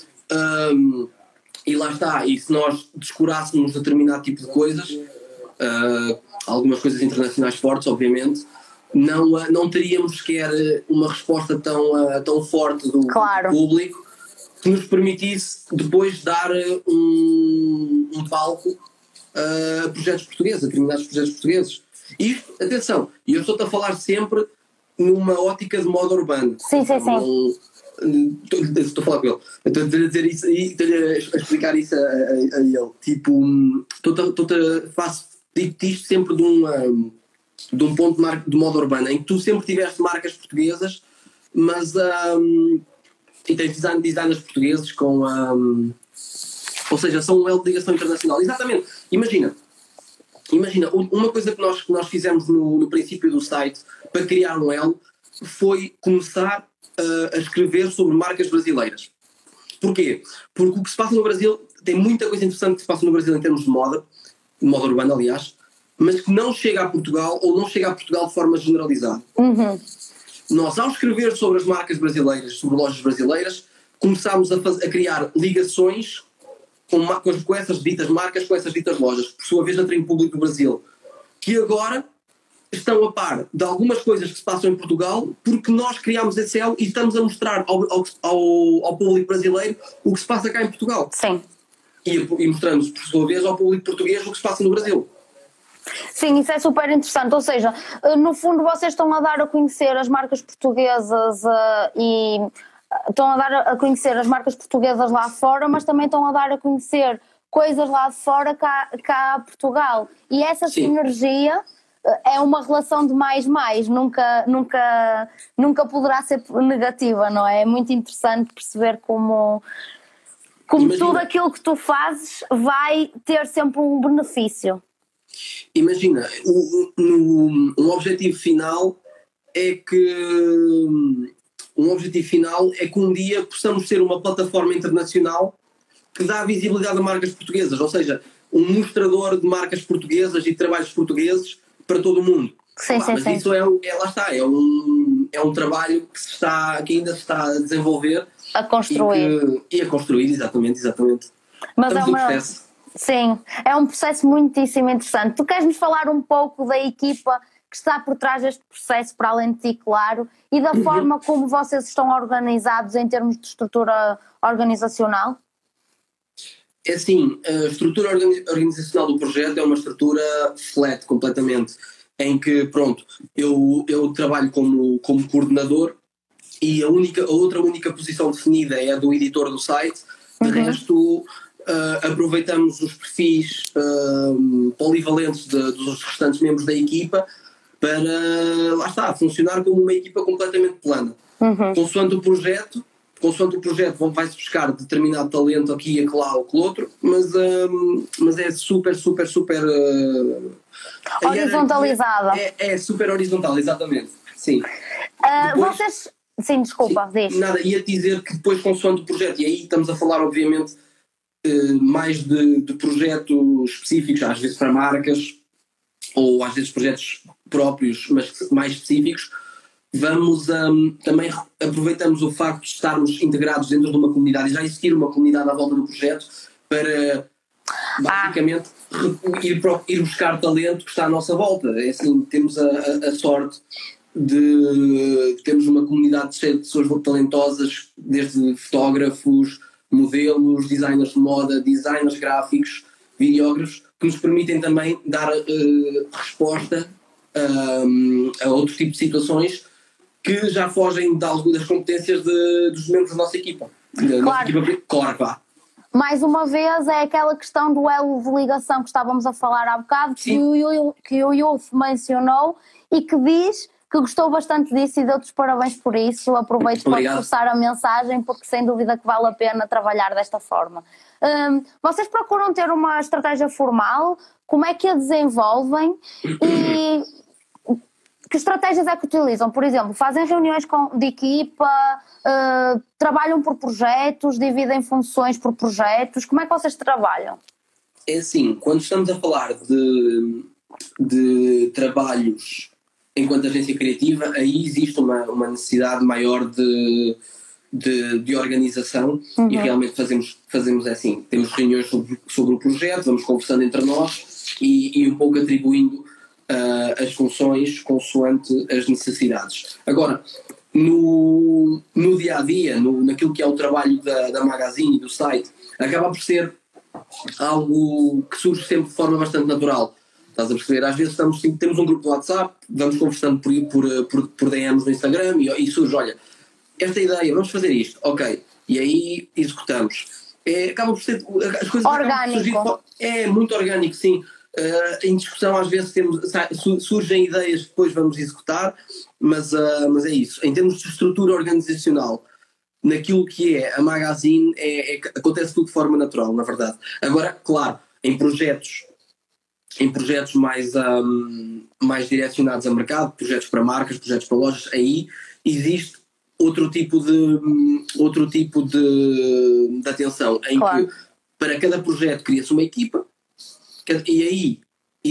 e lá está, e se nós descurássemos determinado tipo de coisas, algumas coisas internacionais fortes, obviamente, não teríamos sequer uma resposta tão forte do público que nos permitisse depois dar um palco a projetos portugueses, a determinados projetos portugueses. Isto, atenção, e eu estou-te a falar sempre numa ótica de moda urbana. Sim. Estou a falar com ele. Estou-lhe a dizer isso e estou-lhe a explicar isso a ele. Tipo, digo-te isto sempre de um ponto de moda urbana, em que tu sempre tiveste marcas portuguesas, mas e tens designers portugueses com ou seja, são um elo de ligação internacional. Exatamente. Imagina, uma coisa que nós fizemos no princípio do site para criar um elo foi começar a escrever sobre marcas brasileiras. Porquê? Porque o que se passa no Brasil, tem muita coisa interessante que se passa no Brasil em termos de moda urbana, aliás, mas que não chega a Portugal, ou não chega a Portugal de forma generalizada. Nós, ao escrever sobre as marcas brasileiras, sobre lojas brasileiras, começámos a criar ligações com essas ditas marcas, com essas ditas lojas, por sua vez atraem público do Brasil, que agora estão a par de algumas coisas que se passam em Portugal, porque nós criámos esse elo e estamos a mostrar ao público brasileiro o que se passa cá em Portugal. Sim. E mostramos, por sua vez, ao público português o que se passa no Brasil. Sim, isso é super interessante. Ou seja, no fundo vocês estão a dar a conhecer as marcas portuguesas e estão a dar a conhecer as marcas portuguesas lá fora, mas também estão a dar a conhecer coisas lá de fora cá a Portugal. E essa sinergia é uma relação de mais, nunca poderá ser negativa, não é? É muito interessante perceber como tudo aquilo que tu fazes vai ter sempre um benefício. Imagina, um objetivo final é que um dia possamos ser uma plataforma internacional que dá visibilidade a marcas portuguesas, ou seja, um mostrador de marcas portuguesas e de trabalhos portugueses para todo o mundo. Mas isso lá está, é um trabalho que ainda se está a desenvolver. A construir. E a construir, exatamente. Mas estamos no processo. Sim, é um processo muitíssimo interessante. Tu queres-nos falar um pouco da equipa que está por trás deste processo, para além de ti, claro, e da forma como vocês estão organizados em termos de estrutura organizacional? É assim, a estrutura organizacional do projeto é uma estrutura flat completamente, em que, pronto, eu trabalho como coordenador e a outra única posição definida é a do editor do site. De resto, aproveitamos os perfis polivalentes dos restantes membros da equipa para, lá está, funcionar como uma equipa completamente plana. Consoante o projeto vai-se buscar determinado talento aqui e acolá ou aquele outro, mas é super horizontalizada. É super horizontal, exatamente. Sim. Depois, Sim, desculpa, diz. Nada, ia dizer que depois, consoante o projeto, e aí estamos a falar, obviamente, mais de projetos específicos, às vezes para marcas, ou às vezes projetos próprios, mas mais específicos, vamos também aproveitamos o facto de estarmos integrados dentro de uma comunidade e já existir uma comunidade à volta do projeto para basicamente ir buscar talento que está à nossa volta. É assim, temos a sorte de termos uma comunidade cheia de pessoas talentosas, desde fotógrafos, modelos, designers de moda, designers gráficos, videógrafos, que nos permitem também dar resposta a outro tipo de situações que já fogem de algumas das competências dos membros da nossa equipa. Claro. Mais uma vez é aquela questão do elo de ligação que estávamos a falar há bocado, que o Youth mencionou e que diz que gostou bastante disso e deu-te os parabéns por isso. Aproveito para reforçar a mensagem, porque sem dúvida que vale a pena trabalhar desta forma. Vocês procuram ter uma estratégia formal? Como é que a desenvolvem? E que estratégias é que utilizam? Por exemplo, fazem reuniões de equipa, trabalham por projetos, dividem funções por projetos? Como é que vocês trabalham? É assim, quando estamos a falar de trabalhos enquanto agência criativa, aí existe uma necessidade maior de organização e realmente fazemos assim, temos reuniões sobre o projeto, vamos conversando entre nós e um pouco atribuindo as funções consoante as necessidades. Agora, no dia-a-dia, naquilo que é o trabalho da Magazine e do site, acaba por ser algo que surge sempre de forma bastante natural. Estás a perceber? Às vezes temos um grupo de WhatsApp, vamos conversando por DMs no Instagram e surge, olha, esta ideia, vamos fazer isto, ok, e aí executamos. Acaba por ser, as coisas orgânico. É muito orgânico, sim. Em discussão às vezes surgem ideias que depois vamos executar, mas é isso. Em termos de estrutura organizacional, naquilo que é a Magazine, acontece tudo de forma natural, na verdade. Agora, claro, em projetos mais direcionados a mercado, projetos para marcas, projetos para lojas, aí existe outro tipo de atenção, em que para cada projeto cria-se uma equipa e aí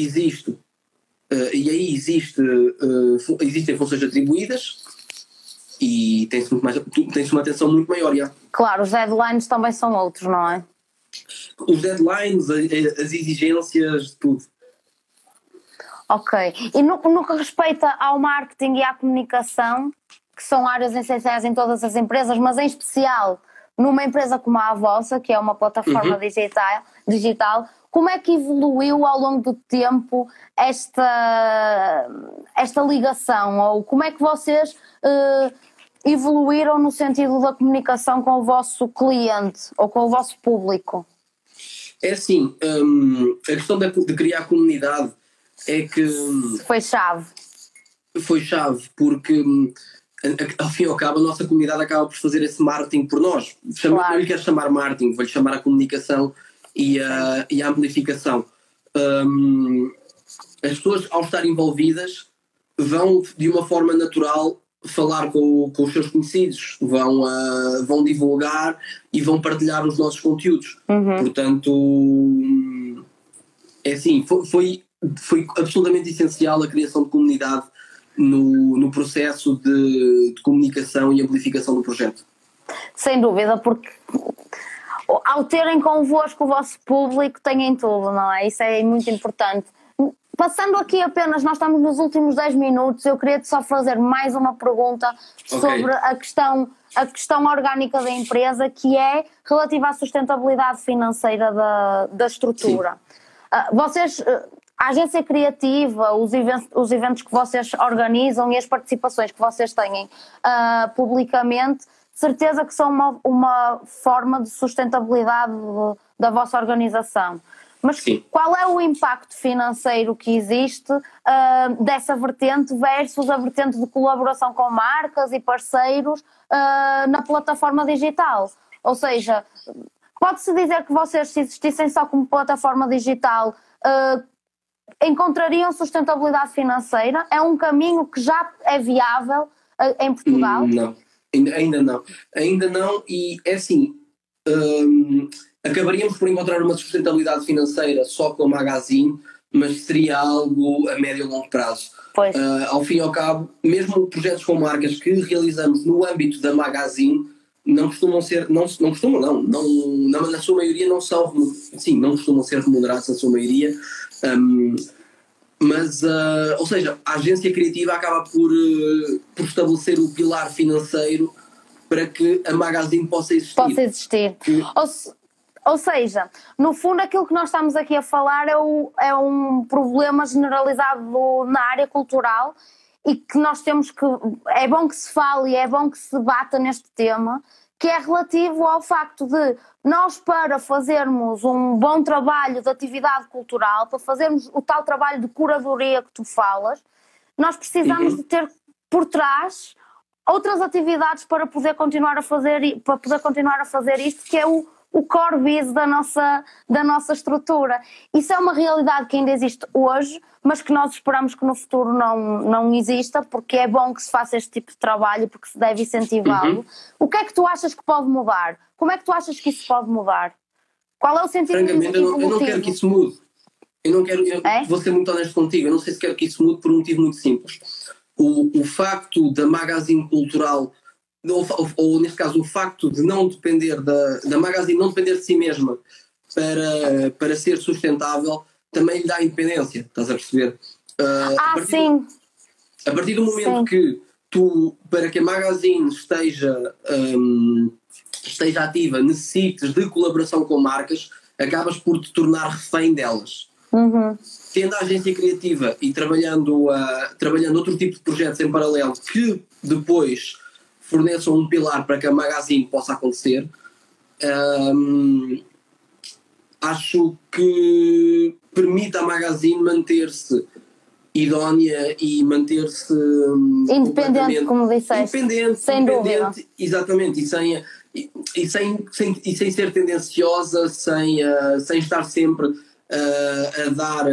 existem funções atribuídas e tem-se uma atenção muito maior. Já. Claro, os deadlines também são outros, não é? Os deadlines, as exigências, tudo. Ok. E no que respeita ao marketing e à comunicação, que são áreas essenciais em todas as empresas, mas em especial numa empresa como a vossa, que é uma plataforma digital, como é que evoluiu ao longo do tempo esta ligação? Ou como é que vocês evoluíram no sentido da comunicação com o vosso cliente ou com o vosso público? É assim, a questão de criar comunidade é que... Foi chave. Foi chave, porque ao fim e ao cabo a nossa comunidade acaba por fazer esse marketing por nós. Não lhe quero chamar marketing, vou-lhe chamar a comunicação e a amplificação. As pessoas, ao estar envolvidas, vão de uma forma natural falar com os seus conhecidos, vão divulgar e vão partilhar os nossos conteúdos. Portanto, é assim, foi absolutamente essencial a criação de comunidade no processo de comunicação e amplificação do projeto. Sem dúvida, porque ao terem convosco o vosso público, têm tudo, não é? Isso é muito importante. Passando aqui apenas, nós estamos nos últimos 10 minutos, eu queria-te só fazer mais uma pergunta sobre a questão orgânica da empresa, que é relativa à sustentabilidade financeira da estrutura. Vocês, a agência criativa, os eventos que vocês organizam e as participações que vocês têm publicamente, de certeza que são uma forma de sustentabilidade da vossa organização. Mas qual é o impacto financeiro que existe dessa vertente versus a vertente de colaboração com marcas e parceiros na plataforma digital? Ou seja, pode-se dizer que vocês, se existissem só como plataforma digital, encontrariam sustentabilidade financeira? É um caminho que já é viável em Portugal? Não, ainda não, e é assim... acabaríamos por encontrar uma sustentabilidade financeira só com a Magazine, mas seria algo a médio e longo prazo. Pois. Ao fim e ao cabo, mesmo projetos com marcas que realizamos no âmbito da Magazine não costumam ser, não costumam não, na sua maioria não são, sim, não costumam ser remunerados na sua maioria, mas, ou seja, a agência criativa acaba por estabelecer o pilar financeiro para que a Magazine possa existir. Ou seja, no fundo aquilo que nós estamos aqui a falar é um problema generalizado na área cultural e que nós temos que... É bom que se fale e é bom que se debata neste tema, que é relativo ao facto de nós, para fazermos um bom trabalho de atividade cultural, para fazermos o tal trabalho de curadoria que tu falas, nós precisamos de ter por trás outras atividades para poder continuar a fazer isto, que é o core biz da nossa estrutura. Isso é uma realidade que ainda existe hoje, mas que nós esperamos que no futuro não exista, porque é bom que se faça este tipo de trabalho, porque se deve incentivá-lo. O que é que tu achas que pode mudar? Como é que tu achas que isso pode mudar? Qual é o sentido Francamente, eu não quero que isso mude. Vou ser muito honesto contigo, eu não sei se quero que isso mude por um motivo muito simples. O facto da Magazine Cultural, ou neste caso o facto de não depender da Magazine não depender de si mesma para ser sustentável, também lhe dá independência, estás a perceber? Sim. A partir do momento que tu, para que a Magazine esteja ativa, necessites de colaboração com marcas, acabas por te tornar refém delas. Tendo a agência criativa e trabalhando outro tipo de projetos em paralelo que depois forneçam um pilar para que a Magazine possa acontecer, acho que permite à Magazine manter-se idónea e manter-se independente, como disseste. Sem dúvida. Exatamente, e sem ser tendenciosa, sem estar sempre a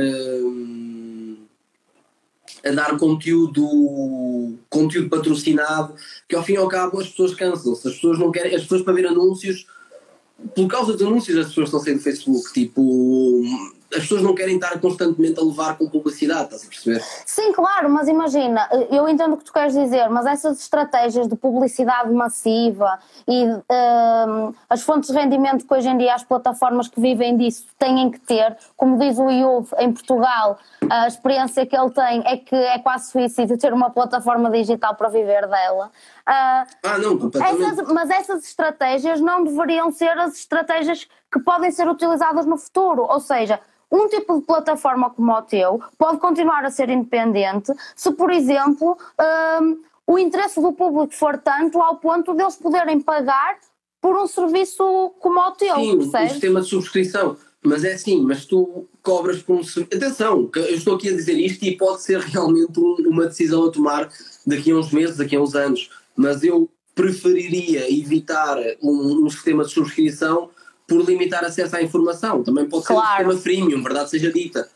dar conteúdo patrocinado, que ao fim e ao cabo as pessoas cansam-se. As pessoas não querem, as pessoas para ver anúncios, por causa dos anúncios as pessoas estão a sair do Facebook, tipo, as pessoas não querem estar constantemente a levar com publicidade, estás a perceber? Sim, claro, mas imagina, eu entendo o que tu queres dizer, mas essas estratégias de publicidade massiva e as fontes de rendimento que hoje em dia as plataformas que vivem disso têm que ter, como diz o Yves, em Portugal, a experiência que ele tem é que é quase suicídio ter uma plataforma digital para viver dela. Não, completamente. Mas essas estratégias não deveriam ser as estratégias que podem ser utilizadas no futuro, ou seja, um tipo de plataforma como o teu pode continuar a ser independente se, por exemplo, o interesse do público for tanto ao ponto de eles poderem pagar por um serviço como o teu. Sim, percebes? O sistema de subscrição. Mas é assim, mas tu cobras por um serviço. Atenção, eu estou aqui a dizer isto e pode ser realmente uma decisão a tomar daqui a uns meses, daqui a uns anos. Mas eu preferiria evitar um sistema de subscrição por limitar acesso à informação. Também pode ser um sistema freemium, verdade seja dita.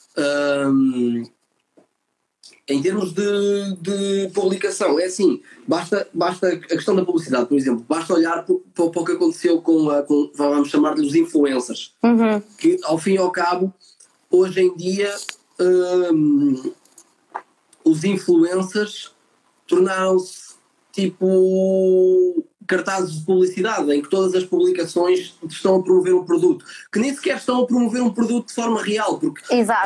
Em termos de publicação, é assim, basta a questão da publicidade, por exemplo, basta olhar para o que aconteceu com vamos chamar-lhe os influencers, que ao fim e ao cabo, hoje em dia, os influencers tornaram-se tipo cartazes de publicidade, em que todas as publicações estão a promover um produto, que nem sequer estão a promover um produto de forma real, porque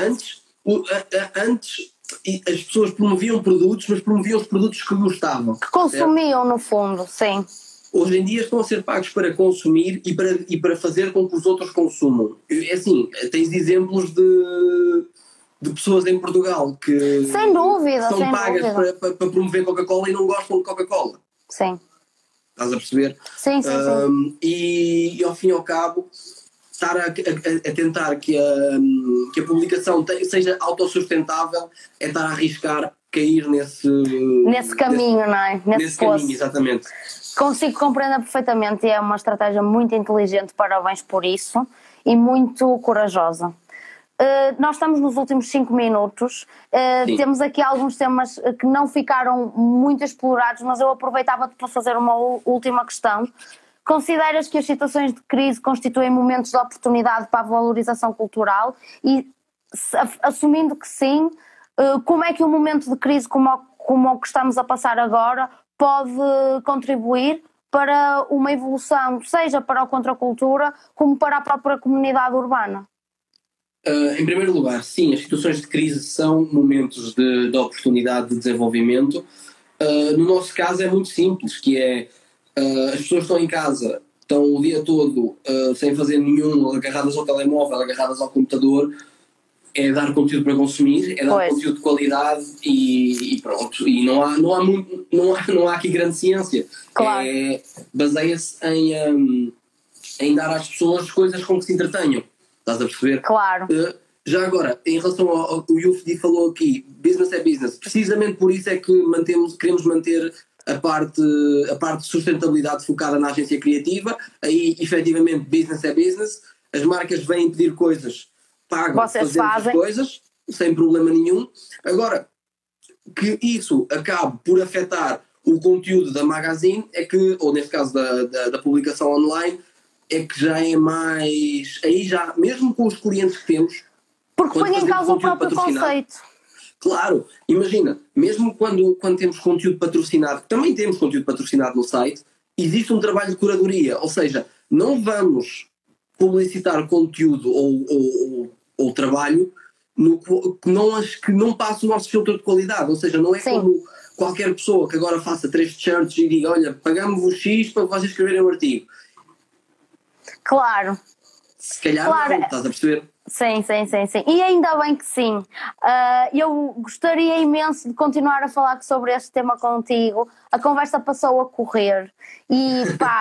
antes as pessoas promoviam produtos, mas promoviam os produtos que gostavam. Que consumiam, certo? No fundo, sim. Hoje em dia estão a ser pagos para consumir e para fazer com que os outros consumam. É assim, tens exemplos de pessoas em Portugal que sem dúvida, são pagas para promover Coca-Cola e não gostam de Coca-Cola. Sim. Estás a perceber? Sim. E ao fim e ao cabo, estar a tentar que a publicação seja autossustentável é estar a arriscar cair nesse caminho, não é? Nesse caminho, exatamente. Consigo compreender perfeitamente e é uma estratégia muito inteligente, parabéns por isso, e muito corajosa. Nós estamos nos últimos 5 minutos, temos aqui alguns temas que não ficaram muito explorados, mas eu aproveitava-te para fazer uma última questão. Consideras que as situações de crise constituem momentos de oportunidade para a valorização cultural? E assumindo que sim, como é que um momento de crise como o que estamos a passar agora pode contribuir para uma evolução, seja para a contracultura, como para a própria comunidade urbana? Em primeiro lugar, sim, as situações de crise são momentos de oportunidade de desenvolvimento. No nosso caso é muito simples, que é as pessoas estão em casa, estão o dia todo sem fazer nenhum, agarradas ao telemóvel, agarradas ao computador. É dar conteúdo para consumir, é dar conteúdo de qualidade e pronto. E não há aqui grande ciência. Claro. Baseia-se em dar às pessoas coisas com que se entretenham. Estás a perceber? Claro. Já agora, em relação ao que o Yufdi falou aqui, business é business. Precisamente por isso é que queremos manter a parte de sustentabilidade focada na agência criativa. Aí, efetivamente, business é business. As marcas vêm pedir coisas, pagam, fazemos as coisas, sem problema nenhum. Agora, que isso acabe por afetar o conteúdo da magazine, é que, ou neste caso da publicação online, é que já é mais... Aí já, mesmo com os clientes que temos... Porque põe em causa o próprio conceito. Claro, imagina, mesmo quando temos conteúdo patrocinado, também temos conteúdo patrocinado no site, existe um trabalho de curadoria, ou seja, não vamos publicitar conteúdo ou trabalho que não passe o nosso filtro de qualidade, ou seja, não é como qualquer pessoa que agora faça 3 t-shirts e diga, olha, pagamos-vos X para vocês escreverem o artigo. Claro. Se calhar não, estás a perceber? Sim. E ainda bem que sim. Eu gostaria imenso de continuar a falar sobre este tema contigo. A conversa passou a correr e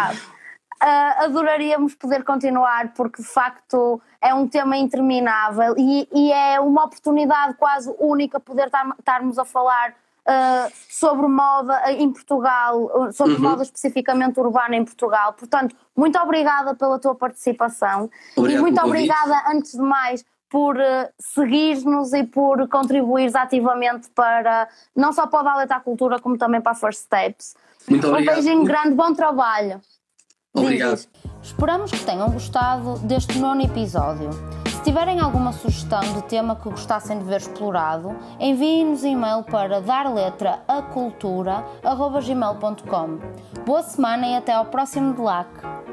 adoraríamos poder continuar, porque de facto é um tema interminável e é uma oportunidade quase única poder estarmos a falar sobre moda em Portugal, sobre moda especificamente urbana em Portugal. Portanto, muito obrigada pela tua participação. Obrigado, e muito obrigada, antes de mais, por seguir-nos e por contribuires ativamente para, não só para o Da Letra à Cultura, como também para a First Steps. Muito obrigado. Um beijinho grande, bom trabalho. Obrigado. Esperamos que tenham gostado deste 9º episódio. Se tiverem alguma sugestão de tema que gostassem de ver explorado, enviem-nos e-mail para darletraacultura@gmail.com. Boa semana e até ao próximo DLAC.